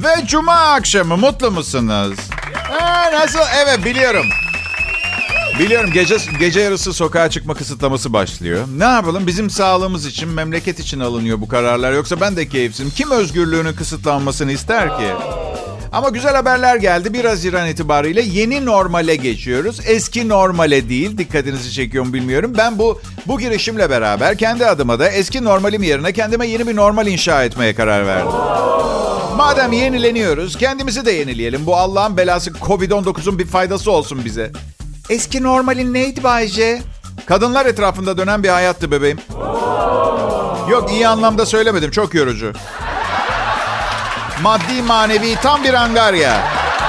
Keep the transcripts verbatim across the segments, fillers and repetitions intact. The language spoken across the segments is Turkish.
Ve cuma akşamı mutlu musunuz? Ha, nasıl? Evet, biliyorum. Biliyorum, gece gece yarısı sokağa çıkma kısıtlaması başlıyor. Ne yapalım? Bizim sağlığımız için, memleket için alınıyor bu kararlar. Yoksa ben de keyifsizim. Kim özgürlüğünün kısıtlanmasını ister ki? Ama güzel haberler geldi. bir Haziran itibariyle yeni normale geçiyoruz. Eski normale değil. Dikkatinizi çekiyor mu bilmiyorum. Ben bu bu girişimle beraber kendi adıma da eski normalim yerine kendime yeni bir normal inşa etmeye karar verdim. Madem yenileniyoruz, kendimizi de yenileyelim. Bu Allah'ın belası kovid on dokuzun bir faydası olsun bize. Eski normalin neydi Bayce? Kadınlar etrafında dönen bir hayattı bebeğim. Yok, iyi anlamda söylemedim. Çok yorucu. Maddi manevi tam bir angarya.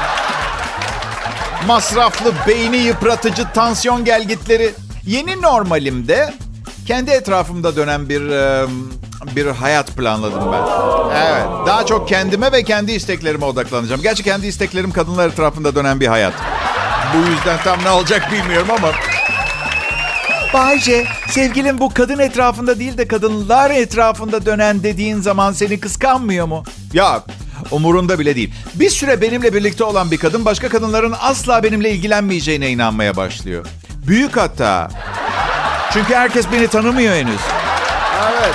Masraflı, beyni yıpratıcı tansiyon gelgitleri. Yeni normalimde kendi etrafımda dönen bir bir hayat planladım ben. Evet, daha çok kendime ve kendi isteklerime odaklanacağım. Gerçi kendi isteklerim kadınlar etrafında dönen bir hayat. Bu yüzden tam ne olacak bilmiyorum ama. Bayce, sevgilim bu kadın etrafında değil de kadınlar etrafında dönen dediğin zaman seni kıskanmıyor mu? Yok, umurunda bile değil. Bir süre benimle birlikte olan bir kadın başka kadınların asla benimle ilgilenmeyeceğine inanmaya başlıyor. Büyük hatta. Çünkü herkes beni tanımıyor henüz. Evet.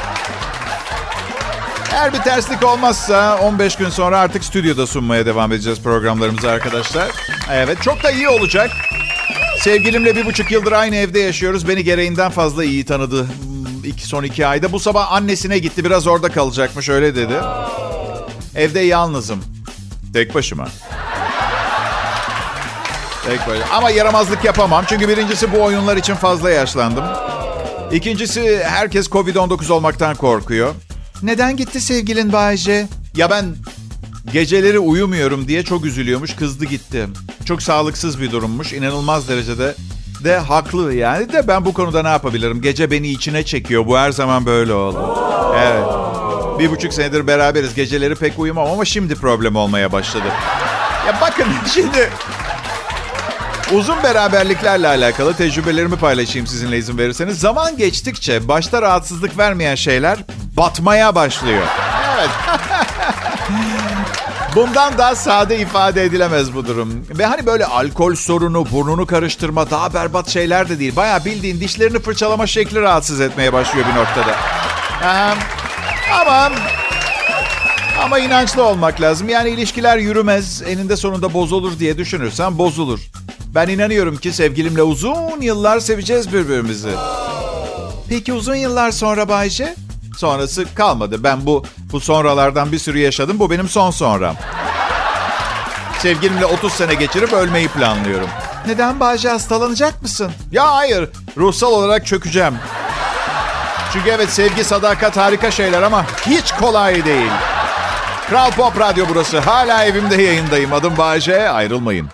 Eğer bir terslik olmazsa on beş gün sonra artık stüdyoda sunmaya devam edeceğiz programlarımızı arkadaşlar. Evet, çok da iyi olacak. Sevgilimle bir buçuk yıldır aynı evde yaşıyoruz. Beni gereğinden fazla iyi tanıdı iki, son iki ayda. Bu sabah annesine gitti. Biraz orada kalacakmış, öyle dedi. Evde yalnızım. Tek başıma. Tek başıma. Ama yaramazlık yapamam. Çünkü birincisi bu oyunlar için fazla yaşlandım. İkincisi herkes kovid on dokuz olmaktan korkuyor. Neden gitti sevgilin Bayce? Ya ben geceleri uyumuyorum diye çok üzülüyormuş. Kızdı gitti. Çok sağlıksız bir durummuş. İnanılmaz derecede de haklı yani. De ben bu konuda ne yapabilirim? Gece beni içine çekiyor. Bu her zaman böyle oldu. Evet. Bir buçuk senedir beraberiz. Geceleri pek uyumam ama şimdi problem olmaya başladı. Ya bakın şimdi uzun beraberliklerle alakalı tecrübelerimi paylaşayım sizinle izin verirseniz. Zaman geçtikçe başta rahatsızlık vermeyen şeyler batmaya başlıyor. Evet. Bundan daha sade ifade edilemez bu durum. Ve hani böyle alkol sorunu, burnunu karıştırma, daha berbat şeyler de değil. Bayağı bildiğin dişlerini fırçalama şekli rahatsız etmeye başlıyor bir noktada. Ee, ama ama inançlı olmak lazım. Yani ilişkiler yürümez, eninde sonunda bozulur diye düşünürsen bozulur. Ben inanıyorum ki sevgilimle uzun yıllar seveceğiz birbirimizi. Peki uzun yıllar sonra Bayce? Sonrası kalmadı. Ben bu bu sonralardan bir sürü yaşadım. Bu benim son sonram. Sevgilimle otuz sene geçirip ölmeyi planlıyorum. Neden Bayce, hastalanacak mısın? Ya hayır. Ruhsal olarak çökeceğim. Çünkü evet, sevgi, sadakat harika şeyler ama hiç kolay değil. Kral Pop Radyo burası. Hala evimde yayındayım. Adım Bayce. Ayrılmayın.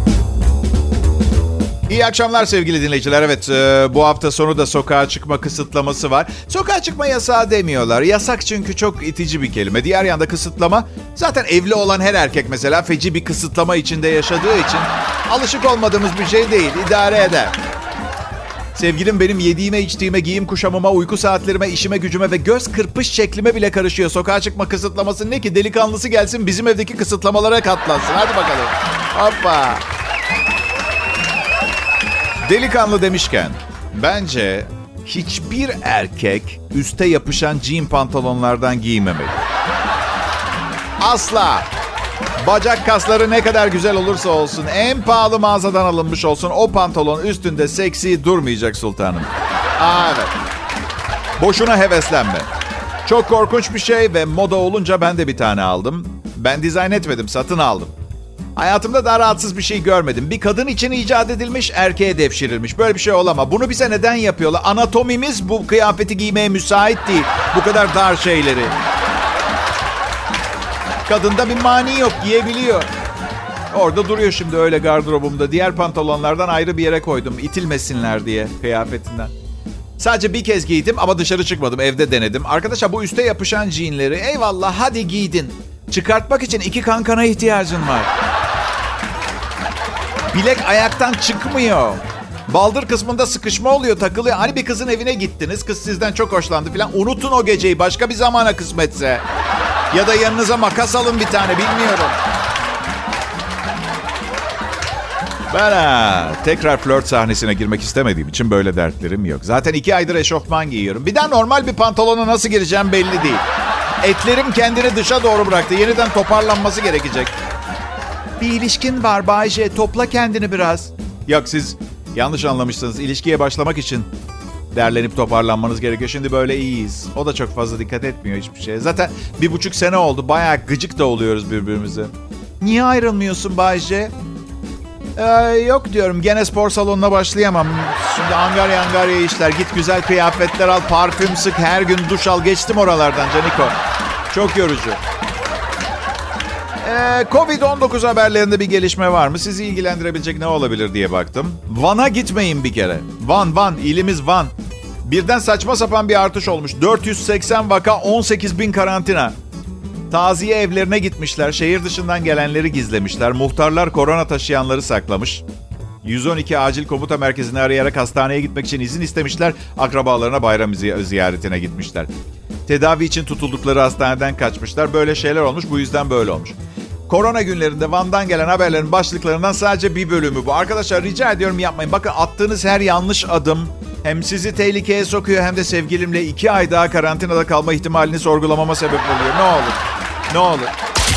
İyi akşamlar sevgili dinleyiciler. Evet, e, bu hafta sonu da sokağa çıkma kısıtlaması var. Sokağa çıkma yasağı demiyorlar. Yasak çünkü çok itici bir kelime. Diğer yanda kısıtlama. Zaten evli olan her erkek mesela feci bir kısıtlama içinde yaşadığı için alışık olmadığımız bir şey değil. İdare eder. Sevgilim benim yediğime, içtiğime, giyim kuşamıma, uyku saatlerime, işime, gücüme ve göz kırpış şeklime bile karışıyor. Sokağa çıkma kısıtlaması ne ki? Delikanlısı gelsin bizim evdeki kısıtlamalara katlansın. Hadi bakalım. Hoppa. Delikanlı demişken, bence hiçbir erkek üste yapışan jean pantolonlardan giymemeli. Asla. Bacak kasları ne kadar güzel olursa olsun, en pahalı mağazadan alınmış olsun, o pantolon üstünde seksi durmayacak sultanım. Aa, evet. Boşuna heveslenme. Çok korkunç bir şey ve moda olunca ben de bir tane aldım. Ben dizayn etmedim, satın aldım. Hayatımda daha rahatsız bir şey görmedim. Bir kadın için icat edilmiş, erkeğe devşirilmiş. Böyle bir şey olamaz. Bunu bize neden yapıyorlar? Anatomimiz bu kıyafeti giymeye müsait değil. Bu kadar dar şeyleri. Kadında bir mani yok, giyebiliyor. Orada duruyor şimdi öyle gardırobumda. Diğer pantolonlardan ayrı bir yere koydum. İtilmesinler diye kıyafetinden. Sadece bir kez giydim ama dışarı çıkmadım. Evde denedim. Arkadaşlar bu üste yapışan jeanleri eyvallah hadi giydin. Çıkartmak için iki kankana ihtiyacın var. Bilek ayaktan çıkmıyor. Baldır kısmında sıkışma oluyor, takılıyor. Hani bir kızın evine gittiniz, kız sizden çok hoşlandı falan. Unutun o geceyi, başka bir zamana kısmetse. Ya da yanınıza makas alın bir tane, bilmiyorum. Ben ha, tekrar flört sahnesine girmek istemediğim için böyle dertlerim yok. Zaten iki aydır eşofman giyiyorum. Bir daha normal bir pantolona nasıl gireceğim belli değil. Etlerim kendini dışa doğru bıraktı. Yeniden toparlanması gerekecek. Bir ilişkin var Bay J. Topla kendini biraz. Yok, siz yanlış anlamışsınız. İlişkiye başlamak için derlenip toparlanmanız gerekiyor. Şimdi böyle iyiyiz. O da çok fazla dikkat etmiyor hiçbir şeye. Zaten bir buçuk sene oldu. Bayağı gıcık da oluyoruz birbirimize. Niye ayrılmıyorsun Bay J? Ee, yok diyorum. Gene spor salonuna başlayamam. Şimdi angarya angarya işler. Git güzel kıyafetler al, parfüm sık, her gün duş al. Geçtim oralardan Caniko. Çok yorucu. Ee, covid on dokuz haberlerinde bir gelişme var mı? Sizi ilgilendirebilecek ne olabilir diye baktım. Van'a gitmeyin bir kere. Van, Van. İlimiz Van. Birden saçma sapan bir artış olmuş. dört yüz seksen vaka, on sekiz bin karantina. Taziye evlerine gitmişler. Şehir dışından gelenleri gizlemişler. Muhtarlar korona taşıyanları saklamış. yüz on iki acil komuta merkezini arayarak hastaneye gitmek için izin istemişler. Akrabalarına bayram ziyaretine gitmişler. Tedavi için tutuldukları hastaneden kaçmışlar. Böyle şeyler olmuş. Bu yüzden böyle olmuş. Korona günlerinde Van'dan gelen haberlerin başlıklarından sadece bir bölümü bu. Arkadaşlar rica ediyorum yapmayın. Bakın attığınız her yanlış adım hem sizi tehlikeye sokuyor hem de sevgilimle iki ay daha karantinada kalma ihtimalini sorgulamama sebep oluyor. Ne olur. Ne olur.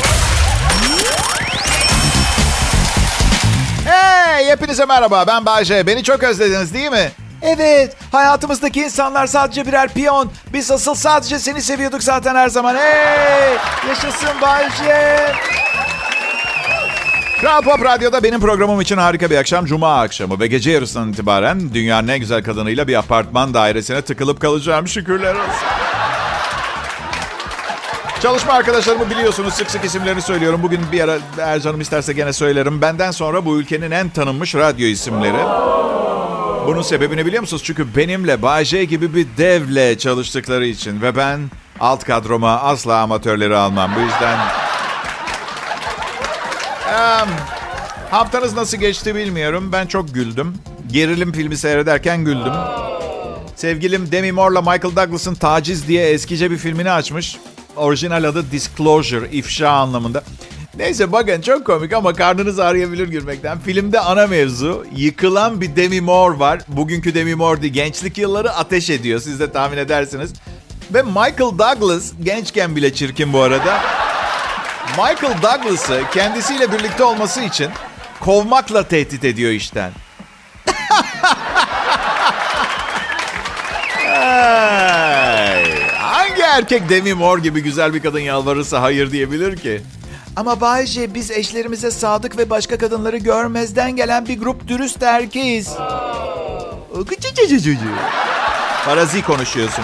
Hey, hepinize merhaba. Ben Bay J. Beni çok özlediniz değil mi? Evet. Hayatımızdaki insanlar sadece birer piyon. Biz asıl sadece seni seviyorduk zaten her zaman. Hey! Yaşasın Bay J. Kral Pop Radyo'da benim programım için harika bir akşam. Cuma akşamı ve gece yarısından itibaren dünyanın en güzel kadınıyla bir apartman dairesine tıkılıp kalacağım. Şükürler olsun. Çalışma arkadaşlarımı biliyorsunuz. Sık sık isimlerini söylüyorum. Bugün bir ara eğer canım isterse gene söylerim. Benden sonra bu ülkenin en tanınmış radyo isimleri. Bunun sebebini biliyor musunuz? Çünkü benimle Bay J gibi bir devle çalıştıkları için. Ve ben alt kadroma asla amatörleri almam. Bu yüzden... Um, haftanız nasıl geçti bilmiyorum. Ben çok güldüm. Gerilim filmi seyrederken güldüm. Sevgilim Demi Moore'la Michael Douglas'ın Taciz diye eskice bir filmini açmış. Orijinal adı Disclosure, ifşa anlamında. Neyse bakın çok komik ama karnınız ağrıyabilir gülmekten. Filmde ana mevzu yıkılan bir Demi Moore var. Bugünkü Demi Moore değil, gençlik yılları ateş ediyor. Siz de tahmin edersiniz. Ve Michael Douglas gençken bile çirkin bu arada. Michael Douglas'ı kendisiyle birlikte olması için kovmakla tehdit ediyor işten. Hey, hangi erkek Demi Moore gibi güzel bir kadın yalvarırsa hayır diyebilir ki? Ama Bay J, biz eşlerimize sadık ve başka kadınları görmezden gelen bir grup dürüst erkeğiz. Farazi konuşuyorsunuz.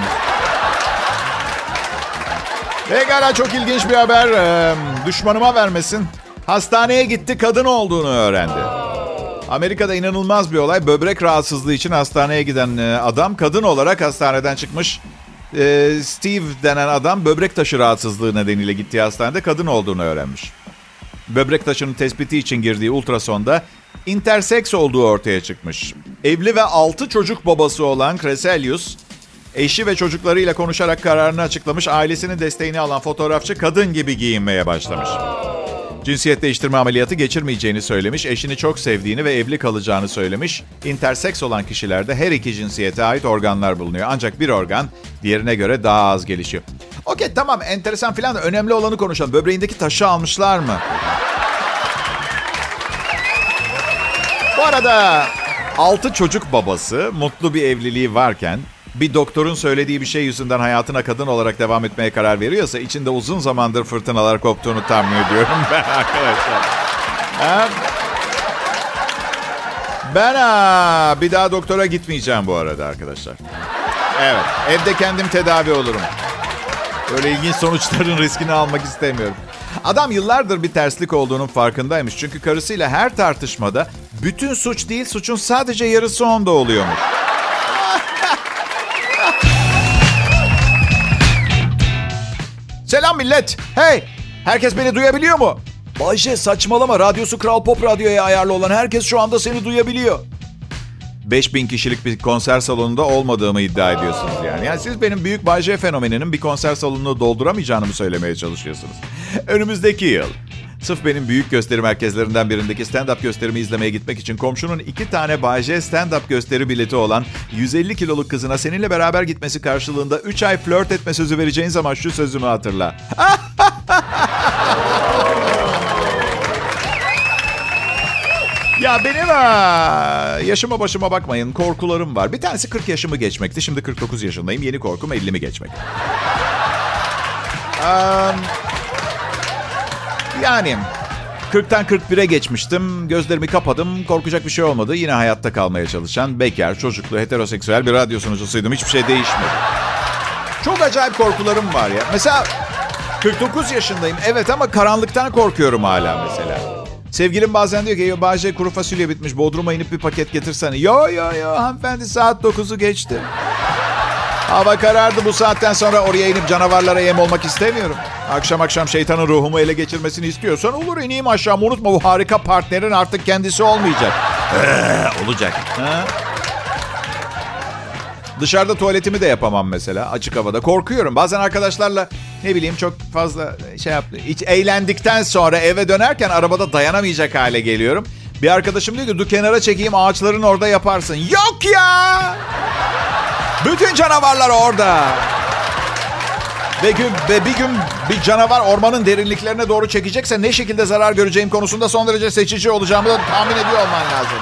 Pekala, çok ilginç bir haber. Ee, düşmanıma vermesin. Hastaneye gitti, kadın olduğunu öğrendi. Amerika'da inanılmaz bir olay. Böbrek rahatsızlığı için hastaneye giden adam kadın olarak hastaneden çıkmış. Ee, Steve denen adam böbrek taşı rahatsızlığı nedeniyle gittiği hastanede kadın olduğunu öğrenmiş. Böbrek taşının tespiti için girdiği ultrasonda interseks olduğu ortaya çıkmış. Evli ve altı çocuk babası olan Creselius, eşi ve çocuklarıyla konuşarak kararını açıklamış. Ailesinin desteğini alan fotoğrafçı kadın gibi giyinmeye başlamış. Cinsiyet değiştirme ameliyatı geçirmeyeceğini söylemiş. Eşini çok sevdiğini ve evli kalacağını söylemiş. İnterseks olan kişilerde her iki cinsiyete ait organlar bulunuyor. Ancak bir organ diğerine göre daha az gelişiyor. Okey, tamam, enteresan filan da önemli olanı konuşalım. Böbreğindeki taşı almışlar mı? Bu arada altı çocuk babası, mutlu bir evliliği varken bir doktorun söylediği bir şey yüzünden hayatına kadın olarak devam etmeye karar veriyorsa içinde uzun zamandır fırtınalar koptuğunu tahmin ediyorum ben arkadaşlar. Ha? Ben ha, bir daha doktora gitmeyeceğim bu arada arkadaşlar. Evet, evde kendim tedavi olurum. Böyle ilginç sonuçların riskini almak istemiyorum. Adam yıllardır bir terslik olduğunun farkındaymış. Çünkü karısıyla her tartışmada bütün suç değil, suçun sadece yarısı onda oluyormuş. Selam millet. Hey, herkes beni duyabiliyor mu? Bayşe saçmalama, radyosu Kral Pop Radyo'ya ayarlı olan herkes şu anda seni duyabiliyor. beş bin kişilik bir konser salonunda olmadığımı iddia ediyorsunuz yani. Yani siz benim Büyük Bay J fenomeninin bir konser salonunu dolduramayacağını mı söylemeye çalışıyorsunuz? Önümüzdeki yıl sırf benim büyük gösteri merkezlerinden birindeki stand-up gösterimi izlemeye gitmek için komşunun iki tane Bay J stand-up gösteri bileti olan yüz elli kiloluk kızına seninle beraber gitmesi karşılığında üç ay flört etme sözü vereceğin zaman şu sözümü hatırla. Ya benim ha, yaşıma başıma bakmayın, korkularım var. Bir tanesi kırk yaşımı geçmekti. Şimdi kırk dokuz yaşındayım. Yeni korkum ellimi geçmek. Um, yani kırktan kırk bire geçmiştim. Gözlerimi kapadım. Korkacak bir şey olmadı. Yine hayatta kalmaya çalışan, bekar, çocuklu, heteroseksüel bir radyo sunucusuydum. Hiçbir şey değişmedi. Çok acayip korkularım var ya. Mesela kırk dokuz yaşındayım. Evet ama karanlıktan korkuyorum hala mesela. Sevgilim bazen diyor ki Bahçe kuru fasulye bitmiş, Bodrum'a inip bir paket getirsene. Yo yo yo hanımefendi, saat dokuzu geçti. Hava karardı, bu saatten sonra oraya inip canavarlara yem olmak istemiyorum. Akşam akşam şeytanın ruhumu ele geçirmesini istiyorsan olur, ineyim aşağı. Unutma, bu harika partnerin artık kendisi olmayacak. Ee, olacak. Ha? Dışarıda tuvaletimi de yapamam mesela açık havada. Korkuyorum. Bazen arkadaşlarla ne bileyim çok fazla şey yaptı. Hiç eğlendikten sonra eve dönerken arabada dayanamayacak hale geliyorum. Bir arkadaşım diyor ki dur kenara çekeyim, ağaçların orada yaparsın. Yok ya! Bütün canavarlar orada. Ve, gün, ve bir gün bir canavar ormanın derinliklerine doğru çekecekse ne şekilde zarar göreceğim konusunda son derece seçici olacağımı da tahmin ediyor olman lazım.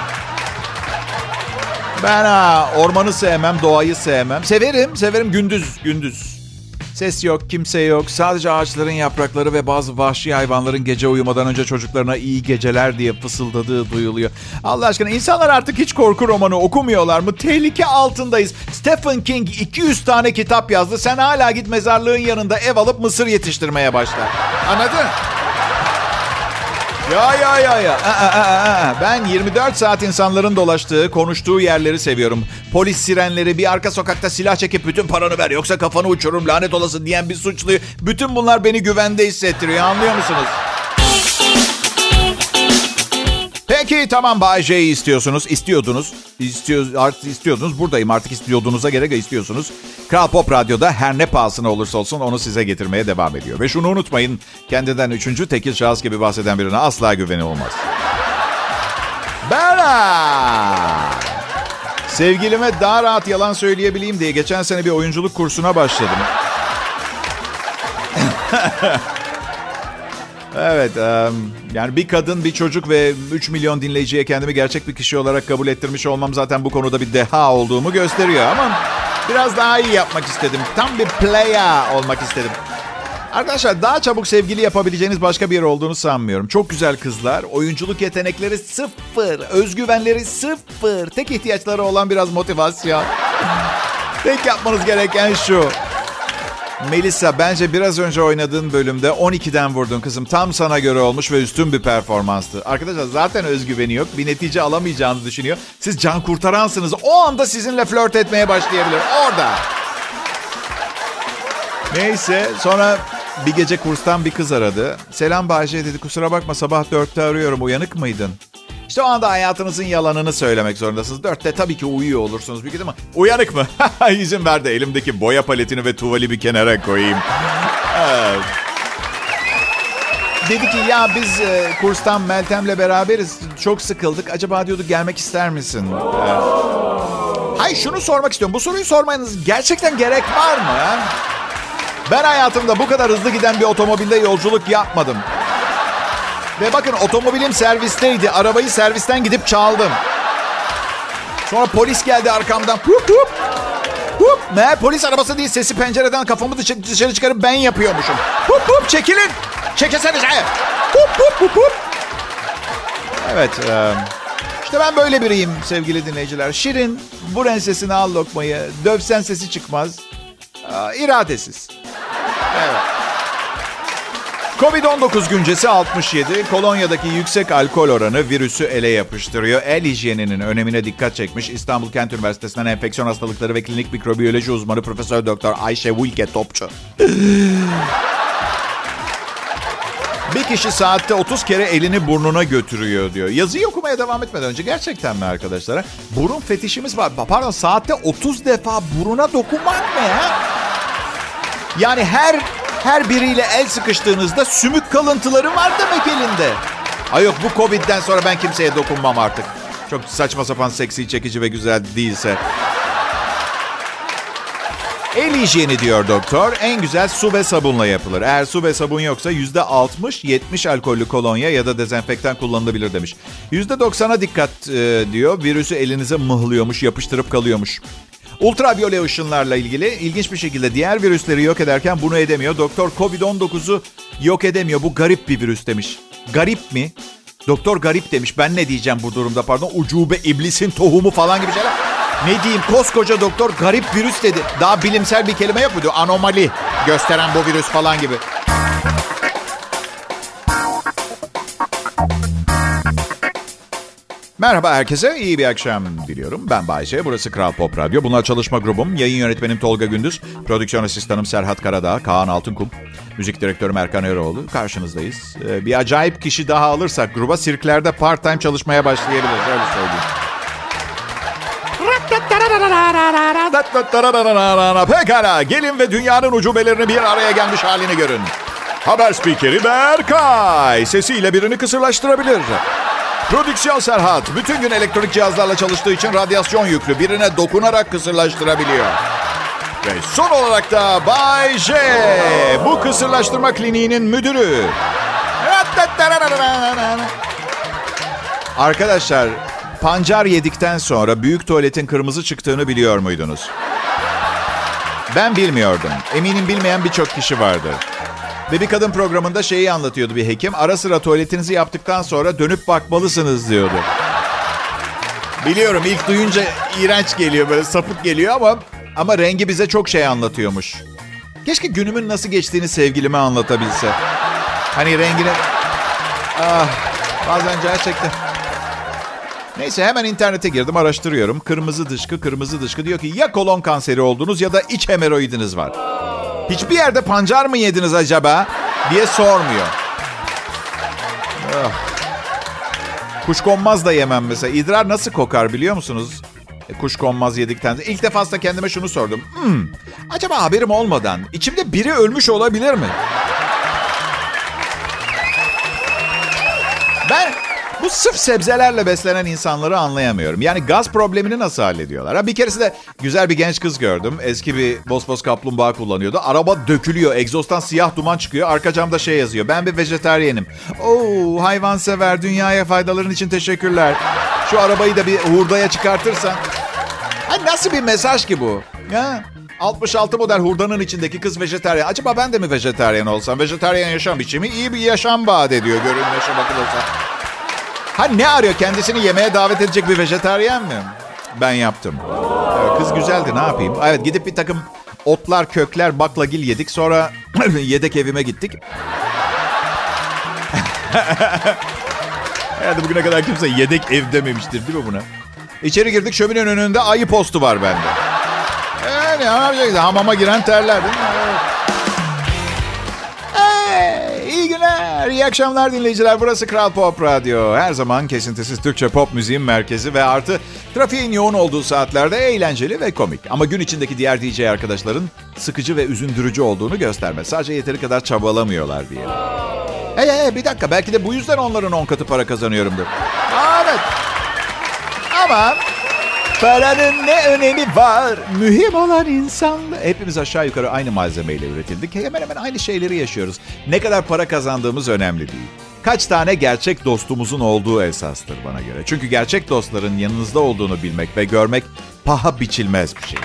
Ben ha, ormanı sevmem, doğayı sevmem. Severim, severim gündüz, gündüz. Ses yok, kimse yok. Sadece ağaçların yaprakları ve bazı vahşi hayvanların gece uyumadan önce çocuklarına iyi geceler diye fısıldadığı duyuluyor. Allah aşkına, insanlar artık hiç korku romanı okumuyorlar mı? Tehlike altındayız. Stephen King iki yüz tane kitap yazdı. Sen hala git mezarlığın yanında ev alıp mısır yetiştirmeye başla. Anladın? Ya ya ya ya. Aa, aa, aa. Ben yirmi dört saat insanların dolaştığı, konuştuğu yerleri seviyorum. Polis sirenleri, bir arka sokakta silah çekip bütün paranı ver yoksa kafanı uçururum lanet olasın diyen bir suçluyu. Bütün bunlar beni güvende hissettiriyor, anlıyor musunuz? Peki tamam, Bay J'yi istiyorsunuz. İstiyordunuz. İstiyor, artık istiyordunuz. Buradayım artık, istiyorduğunuza gerek istiyorsunuz. Kral Pop Radyo'da her ne pahasına olursa olsun onu size getirmeye devam ediyor. Ve şunu unutmayın, kendinden üçüncü tekil şahıs gibi bahseden birine asla güvenilmez. Ben sevgilime daha rahat yalan söyleyebileyim diye geçen sene bir oyunculuk kursuna başladım. Evet, um, yani bir kadın, bir çocuk ve üç milyon dinleyiciye kendimi gerçek bir kişi olarak kabul ettirmiş olmam zaten bu konuda bir deha olduğumu gösteriyor. Ama biraz daha iyi yapmak istedim. Tam bir player olmak istedim. Arkadaşlar, daha çabuk sevgili yapabileceğiniz başka bir yer olduğunu sanmıyorum. Çok güzel kızlar, oyunculuk yetenekleri sıfır, özgüvenleri sıfır. Tek ihtiyaçları olan biraz motivasyon. Tek yapmanız gereken şu. Melisa, bence biraz önce oynadığın bölümde on ikiden vurdun kızım. Tam sana göre olmuş ve üstün bir performanstı. Arkadaşlar, zaten özgüveni yok. Bir netice alamayacağını düşünüyor. Siz can kurtaransınız. O anda sizinle flört etmeye başlayabilir. Orada. Neyse, sonra bir gece kurstan bir kız aradı. Selam Bahçe dedi. Kusura bakma, sabah dörtte arıyorum. Uyanık mıydın? İşte o anda hayatınızın yalanını söylemek zorundasınız. Dörtte tabii ki uyuyor olursunuz bir gün ama uyanık mı? İzin ver de elimdeki boya paletini ve tuvali bir kenara koyayım. Evet. Dedi ki ya biz e, kurstan Meltem'le beraberiz. Çok sıkıldık. Acaba diyorduk gelmek ister misin? Evet. Hayır, şunu sormak istiyorum. Bu soruyu sormanız gerçekten gerek var mı? Ben hayatımda bu kadar hızlı giden bir otomobilde yolculuk yapmadım. Ve bakın, otomobilim servisteydi. Arabayı servisten gidip çaldım. Sonra polis geldi arkamdan. Hup hup. Hup. Meğer polis arabası değil, sesi pencereden kafamı dışarı, dışarı çıkarıp ben yapıyormuşum. Hup hup, çekilin. Çekesenize. Hup hup hup hup. Evet. E, işte ben böyle biriyim sevgili dinleyiciler. Şirin, vur ensesine al lokmayı. Dövsen sesi çıkmaz. E, iradesiz. Evet. covid on dokuz güncesi altmış yedi. Kolonya'daki yüksek alkol oranı virüsü ele yapıştırıyor. El hijyeninin önemine dikkat çekmiş İstanbul Kent Üniversitesi'nden enfeksiyon hastalıkları ve klinik mikrobiyoloji uzmanı Profesör Doktor Ayşe Wilke Topçu. Bir kişi saatte otuz kere elini burnuna götürüyor diyor. Yazıyı okumaya devam etmeden önce gerçekten mi arkadaşlar? Burun fetişimiz var. Pardon, saatte otuz defa buruna dokunmak ne ya? Yani her her biriyle el sıkıştığınızda sümük kalıntıları var demek elinde. Ay yok, bu Covid'den sonra ben kimseye dokunmam artık. Çok saçma sapan, seksi, çekici ve güzel değilse. El hijyeni diyor doktor, en güzel su ve sabunla yapılır. Eğer su ve sabun yoksa yüzde altmış yetmiş alkollü kolonya ya da dezenfektan kullanılabilir demiş. yüzde doksana dikkat e, diyor, virüsü elinize mıhlıyormuş, yapıştırıp kalıyormuş. Ultraviyole ışınlarla ilgili ilginç bir şekilde diğer virüsleri yok ederken bunu edemiyor. Doktor covid on dokuzu yok edemiyor, bu garip bir virüs demiş. Garip mi? Doktor garip demiş, ben ne diyeceğim bu durumda, pardon, ucube, iblisin tohumu falan gibi şeyler. Ne diyeyim, koskoca doktor garip virüs dedi. Daha bilimsel bir kelime yok mu diyor. Anomali gösteren bu virüs falan gibi. Merhaba herkese, iyi bir akşam diliyorum. Ben Bayce, burası Kral Pop Radyo. Bunlar çalışma grubum. Yayın yönetmenim Tolga Gündüz. Prodüksiyon asistanım Serhat Karadağ, Kaan Altınkum. Müzik direktörüm Erkan Eroğlu. Karşınızdayız. Ee, bir acayip kişi daha alırsak gruba, sirklerde part time çalışmaya başlayabiliriz. Öyle söyleyeyim. Pekala, gelin ve dünyanın ucubelerini bir araya gelmiş halini görün. Haber spikeri Berkay sesiyle birini kısırlaştırabilir. Prodüksiyon Serhat bütün gün elektronik cihazlarla çalıştığı için radyasyon yüklü, birine dokunarak kısırlaştırabiliyor. Ve son olarak da Bay J, bu kısırlaştırma kliniğinin müdürü. Arkadaşlar, pancar yedikten sonra büyük tuvaletin kırmızı çıktığını biliyor muydunuz? Ben bilmiyordum. Eminim bilmeyen birçok kişi vardır. Ve bir kadın programında şeyi anlatıyordu bir hekim. Ara sıra tuvaletinizi yaptıktan sonra dönüp bakmalısınız diyordu. Biliyorum, ilk duyunca iğrenç geliyor, böyle sapık geliyor ama ama rengi bize çok şey anlatıyormuş. Keşke günümün nasıl geçtiğini sevgilime anlatabilse. Hani rengini... Ah, bazen gerçekten... Neyse, hemen internete girdim, araştırıyorum. Kırmızı dışkı, kırmızı dışkı diyor ki ya kolon kanseri oldunuz ya da iç hemoroidiniz var. Hiçbir yerde pancar mı yediniz acaba diye sormuyor. Oh. Kuşkonmaz da yemem mesela. İdrar nasıl kokar biliyor musunuz? E, kuşkonmaz yedikten sonra. İlk defasında kendime şunu sordum. Hmm, acaba haberim olmadan içimde biri ölmüş olabilir mi? Ben bu sırf sebzelerle beslenen insanları anlayamıyorum. Yani gaz problemini nasıl hallediyorlar? Ha, bir keresinde güzel bir genç kız gördüm. Eski bir Bospos kaplumbağa kullanıyordu. Araba dökülüyor. Egzozdan siyah duman çıkıyor. Arka camda şey yazıyor. Ben bir vejetaryenim. Oo, hayvansever, dünyaya faydaların için teşekkürler. Şu arabayı da bir hurdaya çıkartırsan. Ha, nasıl bir mesaj ki bu? Ha? altmış altı model hurdanın içindeki kız vejetaryen. Acaba ben de mi vejetaryen olsam? Vejetaryen yaşam biçimi iyi bir yaşam vaat ediyor görünüşe bakılırsa. Ha, ne arıyor? Kendisini yemeğe davet edecek bir vejetaryen mi? Ben yaptım. Evet, kız güzeldi, ne yapayım? Evet, gidip bir takım otlar, kökler, baklagil yedik. Sonra yedek evime gittik. Herhalde bugüne kadar kimse yedek ev dememiştir değil mi buna? İçeri girdik, şöminenin önünde ayı postu var bende. Yani ne yapacaksın? Hamama giren terler değil mi? Evet. İyi günler, iyi akşamlar dinleyiciler. Burası Kral Pop Radyo. Her zaman kesintisiz Türkçe pop müziğin merkezi ve artı trafiğin yoğun olduğu saatlerde eğlenceli ve komik. Ama gün içindeki diğer D J arkadaşların sıkıcı ve üzündürücü olduğunu göstermez. Sadece yeteri kadar çabalamıyorlar diye. Hey hey bir dakika, belki de bu yüzden onların on katı para kazanıyorumdur. Evet. Ama paranın ne önemi var? Mühim olan insanlık. Hepimiz aşağı yukarı aynı malzemeyle üretildik. Hemen hemen aynı şeyleri yaşıyoruz. Ne kadar para kazandığımız önemli değil. Kaç tane gerçek dostumuzun olduğu esastır bana göre. Çünkü gerçek dostların yanınızda olduğunu bilmek ve görmek paha biçilmez bir şey.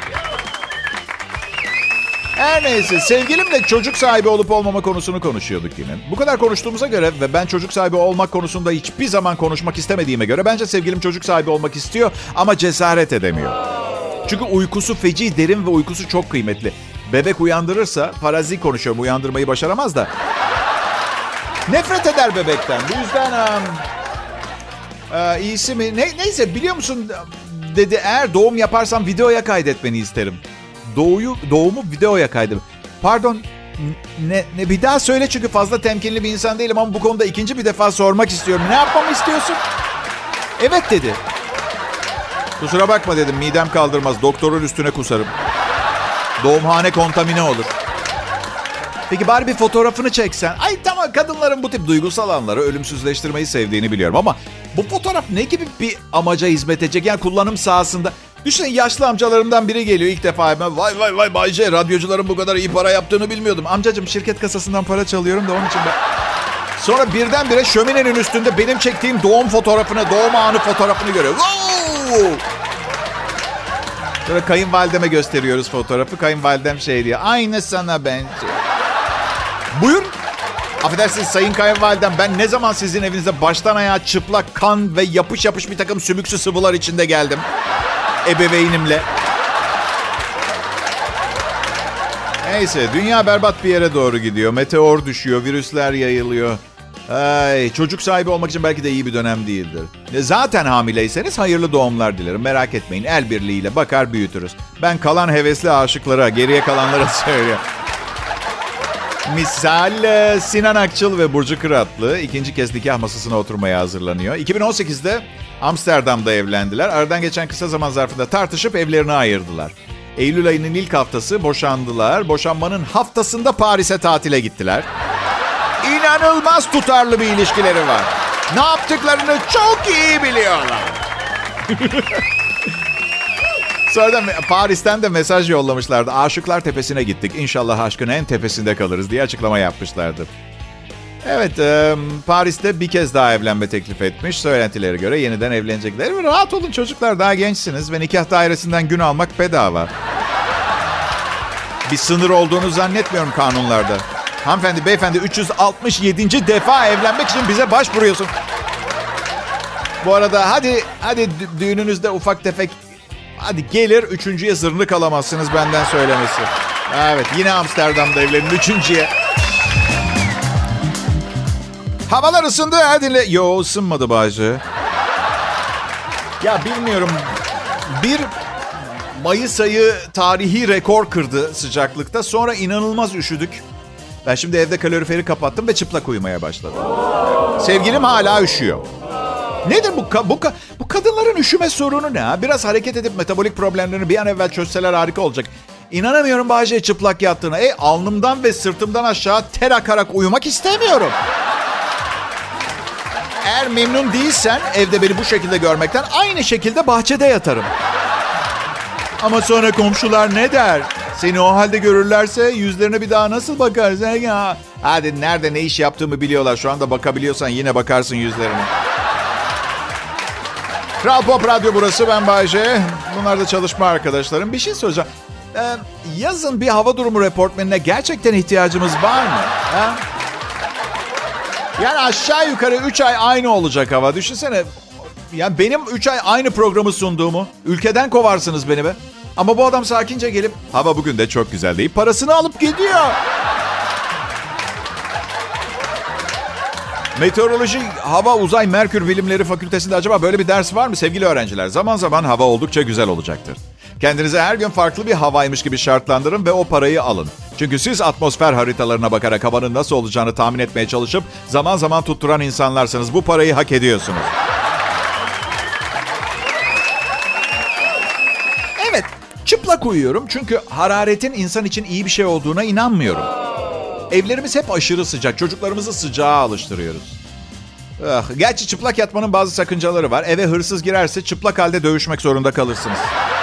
Her neyse, sevgilimle çocuk sahibi olup olmama konusunu konuşuyorduk yine. Bu kadar konuştuğumuza göre ve ben çocuk sahibi olmak konusunda hiçbir zaman konuşmak istemediğime göre bence sevgilim çocuk sahibi olmak istiyor ama cesaret edemiyor. Çünkü uykusu feci, derin ve uykusu çok kıymetli. Bebek uyandırırsa, farazi konuşuyorum, uyandırmayı başaramaz da. Nefret eder bebekten. Bu yüzden um, e, iyisi mi? Ne, neyse biliyor musun dedi, eğer doğum yaparsam videoya kaydetmeni isterim. Doğuyu, doğumu videoya kaydım. Pardon, Ne, ne bir daha söyle çünkü fazla temkinli bir insan değilim ama bu konuda ikinci bir defa sormak istiyorum. Ne yapmamı istiyorsun? Evet dedi. Kusura bakma dedim, midem kaldırmaz. Doktorun üstüne kusarım. Doğumhane kontamine olur. Peki bari bir fotoğrafını çeksen. Ay tamam, kadınların bu tip duygusal anları ölümsüzleştirmeyi sevdiğini biliyorum ama bu fotoğraf ne gibi bir amaca hizmet edecek? Yani kullanım sahasında. Düşünün, yaşlı amcalarımdan biri geliyor ilk defa. Ben, vay vay vay Bay J, radyocuların bu kadar iyi para yaptığını bilmiyordum. Amcacığım, şirket kasasından para çalıyorum da onun için ben... Sonra birdenbire şöminenin üstünde benim çektiğim doğum fotoğrafını, doğum anı fotoğrafını görüyor. Wow! Sonra kayınvalideme gösteriyoruz fotoğrafı. Kayınvalidem şey diyor, aynı sana benziyor. Buyur. Affedersiniz sayın kayınvalidem, ben ne zaman sizin evinize baştan ayağa çıplak, kan ve yapış yapış bir takım sümüksü sıvılar içinde geldim. Ebeveynimle. Neyse, dünya berbat bir yere doğru gidiyor. Meteor düşüyor, virüsler yayılıyor. Ay, çocuk sahibi olmak için belki de iyi bir dönem değildir. Zaten hamileyseniz hayırlı doğumlar dilerim. Merak etmeyin, el birliğiyle bakar büyütürüz. Ben kalan hevesli aşıklara, geriye kalanlara söylüyorum. Misal Sinan Akçıl ve Burcu Kıratlı ikinci kez nikah masasına oturmaya hazırlanıyor. iki bin on sekizde Amsterdam'da evlendiler. Aradan geçen kısa zaman zarfında tartışıp evlerini ayırdılar. Eylül ayının ilk haftası boşandılar. Boşanmanın haftasında Paris'e tatile gittiler. İnanılmaz tutarlı bir ilişkileri var. Ne yaptıklarını çok iyi biliyorlar. Sonra da Paris'ten de mesaj yollamışlardı. Aşıklar Tepesi'ne gittik. İnşallah aşkın en tepesinde kalırız diye açıklama yapmışlardı. Evet, e, Paris'te bir kez daha evlenme teklif etmiş. Söylentilere göre yeniden evlenecekler. Rahat olun çocuklar, daha gençsiniz ve nikah dairesinden gün almak bedava. Bir sınır olduğunu zannetmiyorum kanunlarda. Hanımefendi, beyefendi, üç yüz altmış yedinci defa evlenmek için bize başvuruyorsun. Bu arada hadi hadi düğününüzde ufak tefek... Hadi gelir, üçüncüye zırnık alamazsınız benden söylemesi. Evet, yine Amsterdam'da evlenin üçüncüye. Havalar ısındı, hadi. Yo, ısınmadı Bayce. Ya bilmiyorum. Bir Mayıs ayı tarihi rekor kırdı sıcaklıkta. Sonra inanılmaz üşüdük. Ben şimdi evde kaloriferi kapattım ve çıplak uyumaya başladım. Sevgilim hala üşüyor. Nedir bu, bu, bu kadınların üşüme sorunu ne ha? Biraz hareket edip metabolik problemlerini bir an evvel çözseler harika olacak. İnanamıyorum Bahçe'ye çıplak yattığına. E, alnımdan ve sırtımdan aşağı ter akarak uyumak istemiyorum. Eğer memnun değilsen evde beni bu şekilde görmekten, aynı şekilde bahçede yatarım. Ama sonra komşular ne der? Seni o halde görürlerse yüzlerine bir daha nasıl bakarsın ya? Hadi, nerede ne iş yaptığımı biliyorlar. Şu anda bakabiliyorsan yine bakarsın yüzlerine. Kral Pop Radyo burası, ben Bayce. Bunlar da çalışma arkadaşlarım. Bir şey soracağım. Ee, yazın bir hava durumu reportmenine gerçekten ihtiyacımız var mı? Ha? Yani aşağı yukarı üç ay aynı olacak hava. Düşünsene. Yani benim üç ay aynı programı sunduğumu. Ülkeden kovarsınız beni be. Ama bu adam sakince gelip hava bugün de çok güzel deyip parasını alıp gidiyor. Meteoroloji, Hava, Uzay, Merkür Bilimleri Fakültesi'nde acaba böyle bir ders var mı sevgili öğrenciler? Zaman zaman hava oldukça güzel olacaktır. Kendinize her gün farklı bir havaymış gibi şartlandırın ve o parayı alın. Çünkü siz atmosfer haritalarına bakarak havanın nasıl olacağını tahmin etmeye çalışıp zaman zaman tutturan insanlarsınız. Bu parayı hak ediyorsunuz. Evet, çıplak uyuyorum çünkü hararetin insan için iyi bir şey olduğuna inanmıyorum. Evlerimiz hep aşırı sıcak. Çocuklarımızı sıcağa alıştırıyoruz. Ah, gerçi çıplak yatmanın bazı sakıncaları var. Eve hırsız girerse çıplak halde dövüşmek zorunda kalırsınız.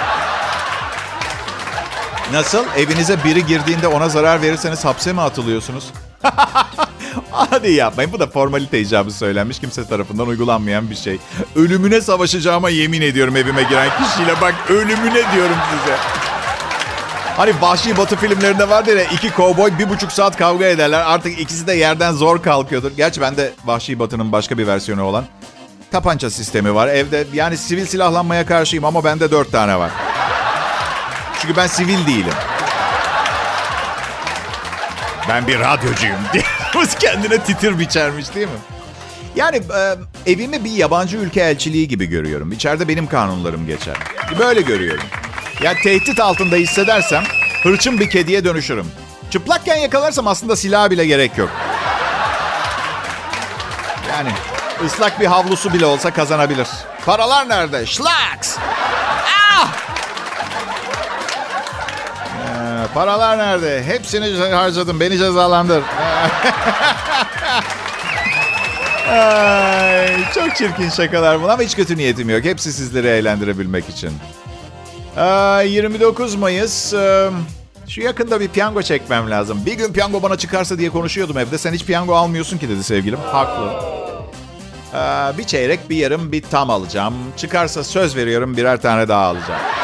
Nasıl? Evinize biri girdiğinde ona zarar verirseniz hapse mi atılıyorsunuz? Hadi yapmayın. Bu da formalite icabı söylenmiş. Kimse tarafından uygulanmayan bir şey. Ölümüne savaşacağıma yemin ediyorum evime giren kişiyle. Bak, ölümüne diyorum size. Hani Vahşi Batı filmlerinde vardır ya, iki kovboy bir buçuk saat kavga ederler. Artık ikisi de yerden zor kalkıyordur. Gerçi bende Vahşi Batı'nın başka bir versiyonu olan tapanca sistemi var evde. Yani sivil silahlanmaya karşıyım ama bende dört tane var. Çünkü ben sivil değilim. Ben bir radyocuyum diye kendine titir biçermiş değil mi? Yani e, evimi bir yabancı ülke elçiliği gibi görüyorum. İçeride benim kanunlarım geçer. Böyle görüyorum. Ya tehdit altında hissedersem hırçın bir kediye dönüşürüm. Çıplakken yakalarsam aslında silaha bile gerek yok. Yani ıslak bir havlusu bile olsa kazanabilir. Paralar nerede? Şlaks! Ah! Ee, paralar nerede? Hepsini harcadım. Beni cezalandır. Ay, çok çirkin şakalar bunlar ama hiç kötü niyetim yok. Hepsi sizleri eğlendirebilmek için. Ee, yirmi dokuz Mayıs. E, şu yakında bir piyango çekmem lazım. Bir gün piyango bana çıkarsa diye konuşuyordum evde. Sen hiç piyango almıyorsun ki dedi sevgilim. Haklı. Ee, bir çeyrek, bir yarım, bir tam alacağım. Çıkarsa söz veriyorum birer tane daha alacağım.